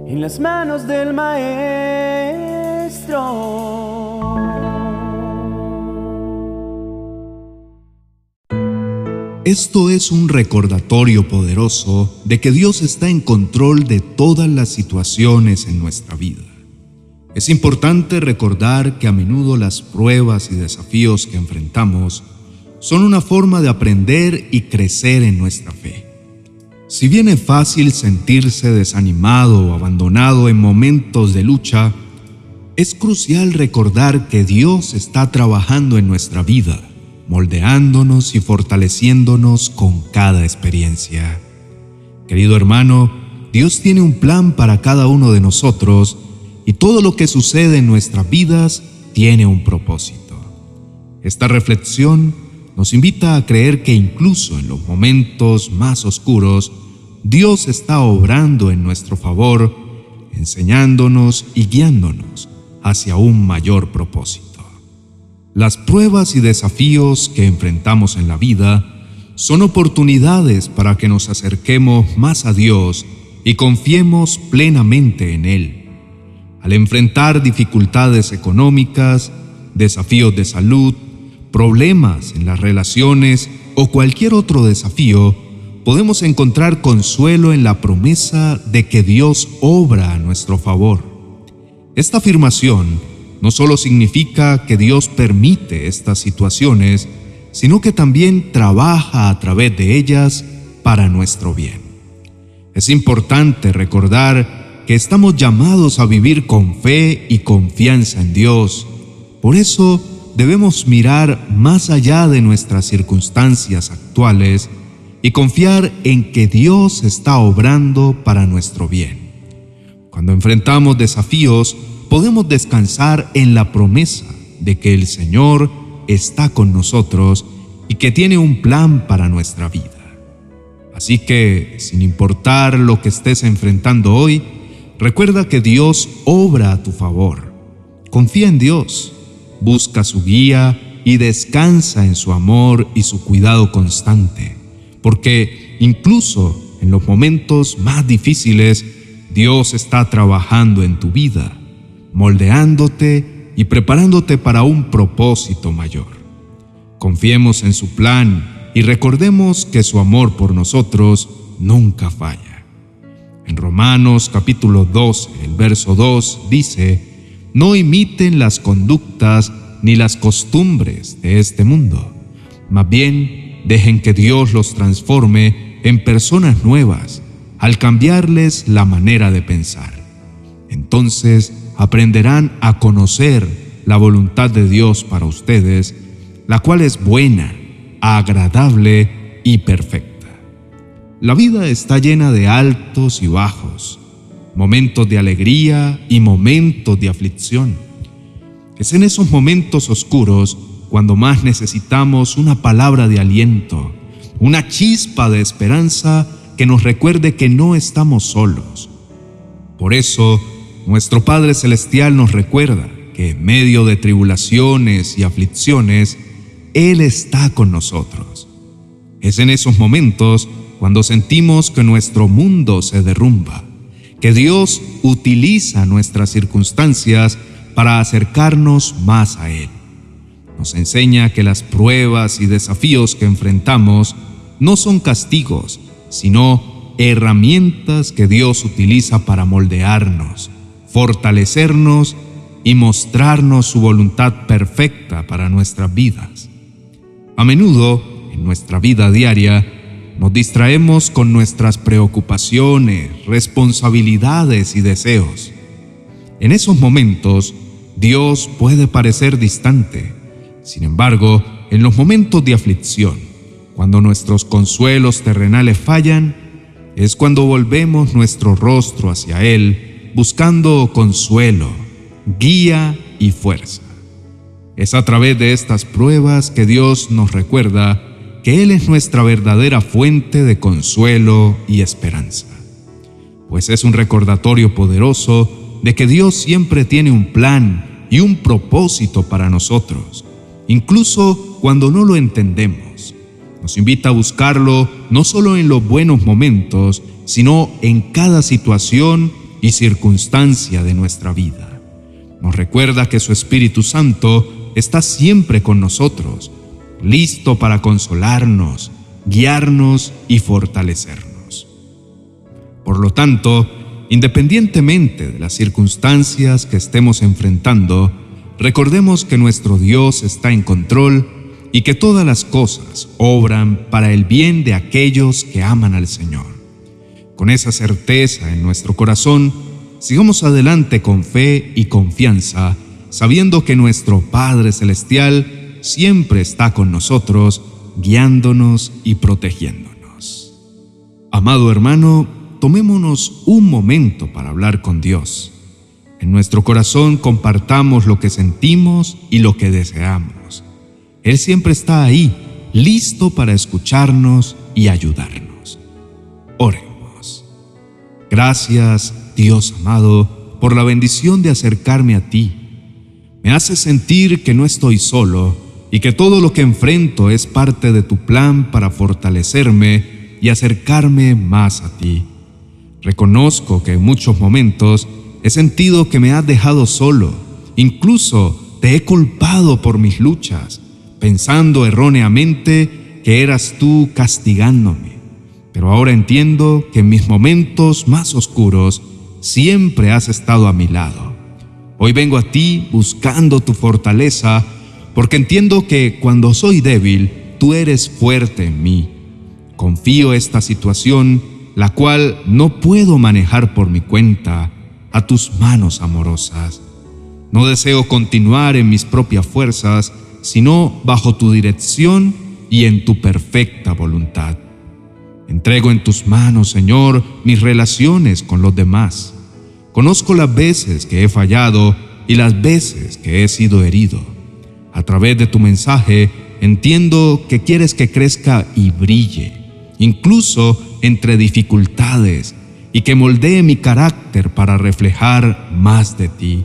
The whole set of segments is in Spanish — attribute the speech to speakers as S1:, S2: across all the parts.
S1: en las manos del Maestro.
S2: Esto es un recordatorio poderoso de que Dios está en control de todas las situaciones en nuestra vida. Es importante recordar que a menudo las pruebas y desafíos que enfrentamos son una forma de aprender y crecer en nuestra fe. Si bien es fácil sentirse desanimado o abandonado en momentos de lucha, es crucial recordar que Dios está trabajando en nuestra vida, moldeándonos y fortaleciéndonos con cada experiencia. Querido hermano, Dios tiene un plan para cada uno de nosotros y todo lo que sucede en nuestras vidas tiene un propósito. Esta reflexión nos invita a creer que incluso en los momentos más oscuros, Dios está obrando en nuestro favor, enseñándonos y guiándonos hacia un mayor propósito. Las pruebas y desafíos que enfrentamos en la vida son oportunidades para que nos acerquemos más a Dios y confiemos plenamente en Él. Al enfrentar dificultades económicas, desafíos de salud, problemas en las relaciones o cualquier otro desafío, podemos encontrar consuelo en la promesa de que Dios obra a nuestro favor. Esta afirmación no solo significa que Dios permite estas situaciones, sino que también trabaja a través de ellas para nuestro bien. Es importante recordar que estamos llamados a vivir con fe y confianza en Dios. Por eso debemos mirar más allá de nuestras circunstancias actuales y confiar en que Dios está obrando para nuestro bien. Cuando enfrentamos desafíos, podemos descansar en la promesa de que el Señor está con nosotros y que tiene un plan para nuestra vida. Así que, sin importar lo que estés enfrentando hoy, recuerda que Dios obra a tu favor. Confía en Dios, busca su guía y descansa en su amor y su cuidado constante, porque incluso en los momentos más difíciles, Dios está trabajando en tu vida, moldeándote y preparándote para un propósito mayor. Confiemos en su plan y recordemos que su amor por nosotros nunca falla. En Romanos capítulo 12, el verso 2 dice: no imiten las conductas ni las costumbres de este mundo, más bien dejen que Dios los transforme en personas nuevas al cambiarles la manera de pensar. Entonces aprenderán a conocer la voluntad de Dios para ustedes, la cual es buena, agradable y perfecta. La vida está llena de altos y bajos, momentos de alegría y momentos de aflicción. Es en esos momentos oscuros cuando más necesitamos una palabra de aliento, una chispa de esperanza que nos recuerde que no estamos solos. Por eso, nuestro Padre Celestial nos recuerda que en medio de tribulaciones y aflicciones, Él está con nosotros. Es en esos momentos cuando sentimos que nuestro mundo se derrumba, que Dios utiliza nuestras circunstancias para acercarnos más a Él. Nos enseña que las pruebas y desafíos que enfrentamos no son castigos, sino herramientas que Dios utiliza para moldearnos, fortalecernos y mostrarnos su voluntad perfecta para nuestras vidas. A menudo, en nuestra vida diaria, nos distraemos con nuestras preocupaciones, responsabilidades y deseos. En esos momentos, Dios puede parecer distante. Sin embargo, en los momentos de aflicción, cuando nuestros consuelos terrenales fallan, es cuando volvemos nuestro rostro hacia Él, buscando consuelo, guía y fuerza. Es a través de estas pruebas que Dios nos recuerda que Él es nuestra verdadera fuente de consuelo y esperanza. Pues es un recordatorio poderoso de que Dios siempre tiene un plan y un propósito para nosotros, incluso cuando no lo entendemos. Nos invita a buscarlo no solo en los buenos momentos, sino en cada situación y circunstancia de nuestra vida. Nos recuerda que su Espíritu Santo está siempre con nosotros, listo para consolarnos, guiarnos y fortalecernos. Por lo tanto, independientemente de las circunstancias que estemos enfrentando, recordemos que nuestro Dios está en control y que todas las cosas obran para el bien de aquellos que aman al Señor. Con esa certeza en nuestro corazón, sigamos adelante con fe y confianza, sabiendo que nuestro Padre Celestial siempre está con nosotros, guiándonos y protegiéndonos. Amado hermano, tomémonos un momento para hablar con Dios. En nuestro corazón compartamos lo que sentimos y lo que deseamos. Él siempre está ahí, listo para escucharnos y ayudarnos. Oremos. Gracias, Dios amado, por la bendición de acercarme a ti. Me haces sentir que no estoy solo y que todo lo que enfrento es parte de tu plan para fortalecerme y acercarme más a ti. Reconozco que en muchos momentos he sentido que me has dejado solo, incluso te he culpado por mis luchas, pensando erróneamente que eras tú castigándome. Pero ahora entiendo que en mis momentos más oscuros siempre has estado a mi lado. Hoy vengo a ti buscando tu fortaleza, porque entiendo que cuando soy débil, tú eres fuerte en mí. Confío esta situación, la cual no puedo manejar por mi cuenta, a tus manos amorosas. No deseo continuar en mis propias fuerzas, sino bajo tu dirección y en tu perfecta voluntad. Entrego en tus manos, Señor, mis relaciones con los demás. Conozco las veces que he fallado y las veces que he sido herido. A través de tu mensaje, entiendo que quieres que crezca y brille, incluso entre dificultades, y que moldee mi carácter para reflejar más de ti.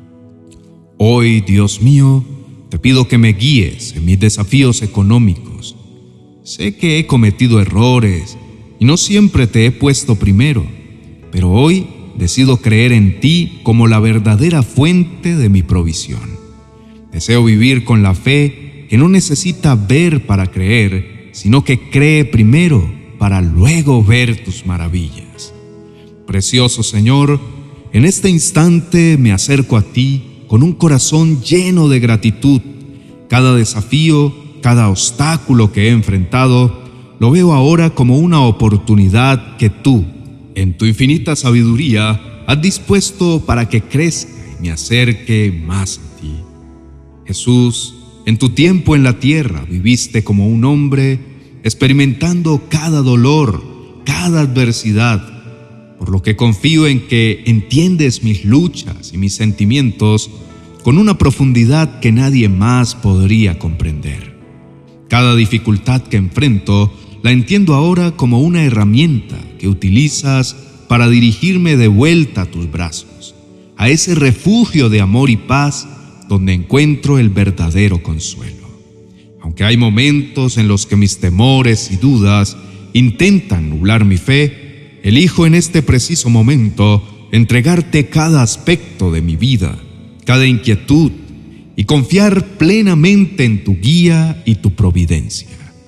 S2: Hoy, Dios mío, te pido que me guíes en mis desafíos económicos. Sé que he cometido errores y no siempre te he puesto primero, pero hoy decido creer en ti como la verdadera fuente de mi provisión. Deseo vivir con la fe que no necesita ver para creer, sino que cree primero para luego ver tus maravillas. Precioso Señor, en este instante me acerco a ti con un corazón lleno de gratitud. Cada desafío, cada obstáculo que he enfrentado, lo veo ahora como una oportunidad que tú, en tu infinita sabiduría, has dispuesto para que crezca y me acerque más a ti. Jesús, en tu tiempo en la tierra viviste como un hombre, experimentando cada dolor, cada adversidad, por lo que confío en que entiendes mis luchas y mis sentimientos con una profundidad que nadie más podría comprender. Cada dificultad que enfrento la entiendo ahora como una herramienta que utilizas para dirigirme de vuelta a tus brazos, a ese refugio de amor y paz donde encuentro el verdadero consuelo. Aunque hay momentos en los que mis temores y dudas intentan nublar mi fe, elijo en este preciso momento entregarte cada aspecto de mi vida, cada inquietud, y confiar plenamente en tu guía y tu providencia.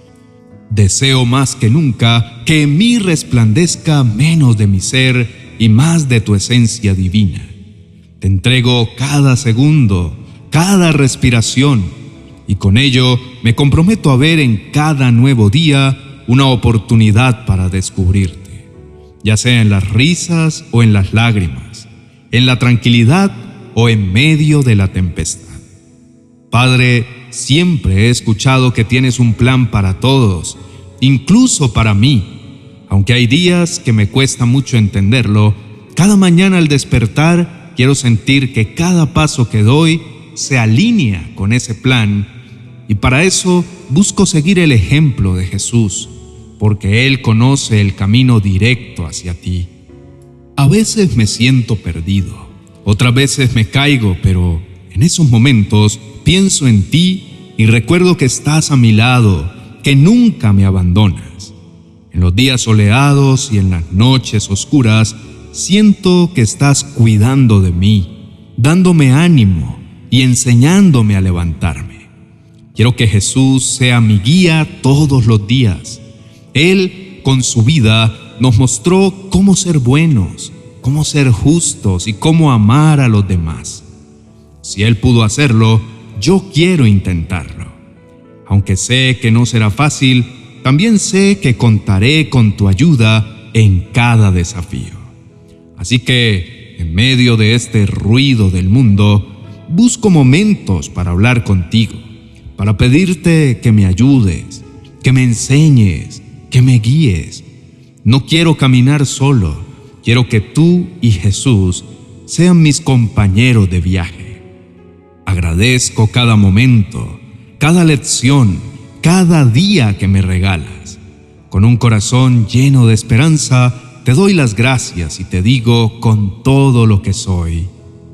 S2: Deseo más que nunca que en mí resplandezca menos de mi ser y más de tu esencia divina. Te entrego cada segundo, cada respiración, y con ello me comprometo a ver en cada nuevo día una oportunidad para descubrirte, ya sea en las risas o en las lágrimas, en la tranquilidad o en medio de la tempestad. Padre, siempre he escuchado que tienes un plan para todos, incluso para mí. Aunque hay días que me cuesta mucho entenderlo, cada mañana al despertar quiero sentir que cada paso que doy se alinea con ese plan, y para eso busco seguir el ejemplo de Jesús, porque Él conoce el camino directo hacia ti. A veces me siento perdido, otras veces me caigo, pero en esos momentos pienso en ti y recuerdo que estás a mi lado, que nunca me abandonas. En los días soleados y en las noches oscuras, siento que estás cuidando de mí, dándome ánimo y enseñándome a levantarme. Quiero que Jesús sea mi guía todos los días. Él, con su vida, nos mostró cómo ser buenos, cómo ser justos y cómo amar a los demás. Si Él pudo hacerlo, yo quiero intentarlo. Aunque sé que no será fácil, también sé que contaré con tu ayuda en cada desafío. Así que, en medio de este ruido del mundo, busco momentos para hablar contigo, para pedirte que me ayudes, que me enseñes, que me guíes. No quiero caminar solo, quiero que tú y Jesús sean mis compañeros de viaje. Agradezco cada momento, cada lección, cada día que me regalas. Con un corazón lleno de esperanza, te doy las gracias y te digo con todo lo que soy,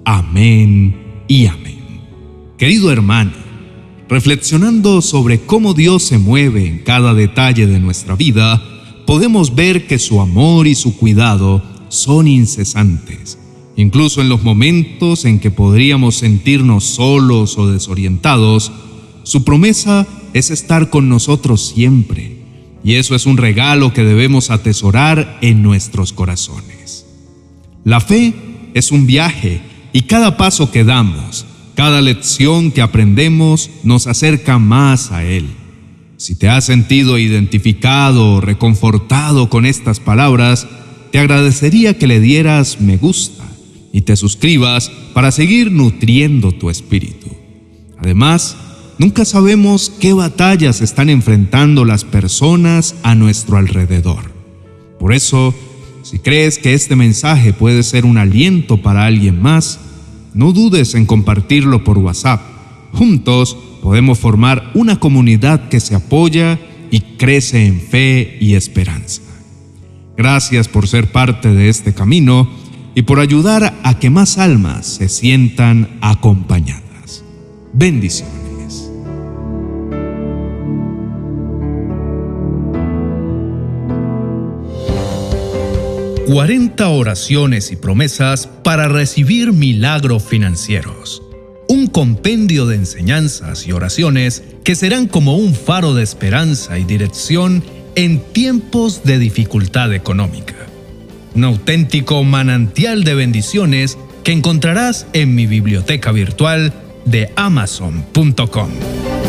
S2: amén y amén. Querido hermano, reflexionando sobre cómo Dios se mueve en cada detalle de nuestra vida, podemos ver que su amor y su cuidado son incesantes. Incluso en los momentos en que podríamos sentirnos solos o desorientados, su promesa es estar con nosotros siempre. Y eso es un regalo que debemos atesorar en nuestros corazones. La fe es un viaje y cada paso que damos, cada lección que aprendemos nos acerca más a Él. Si te has sentido identificado o reconfortado con estas palabras, te agradecería que le dieras me gusta y te suscribas para seguir nutriendo tu espíritu. Además, nunca sabemos qué batallas están enfrentando las personas a nuestro alrededor. Por eso, si crees que este mensaje puede ser un aliento para alguien más, no dudes en compartirlo por WhatsApp. Juntos podemos formar una comunidad que se apoya y crece en fe y esperanza. Gracias por ser parte de este camino y por ayudar a que más almas se sientan acompañadas. Bendiciones.
S3: 40 oraciones y promesas para recibir milagros financieros. Un compendio de enseñanzas y oraciones que serán como un faro de esperanza y dirección en tiempos de dificultad económica. Un auténtico manantial de bendiciones que encontrarás en mi biblioteca virtual de Amazon.com.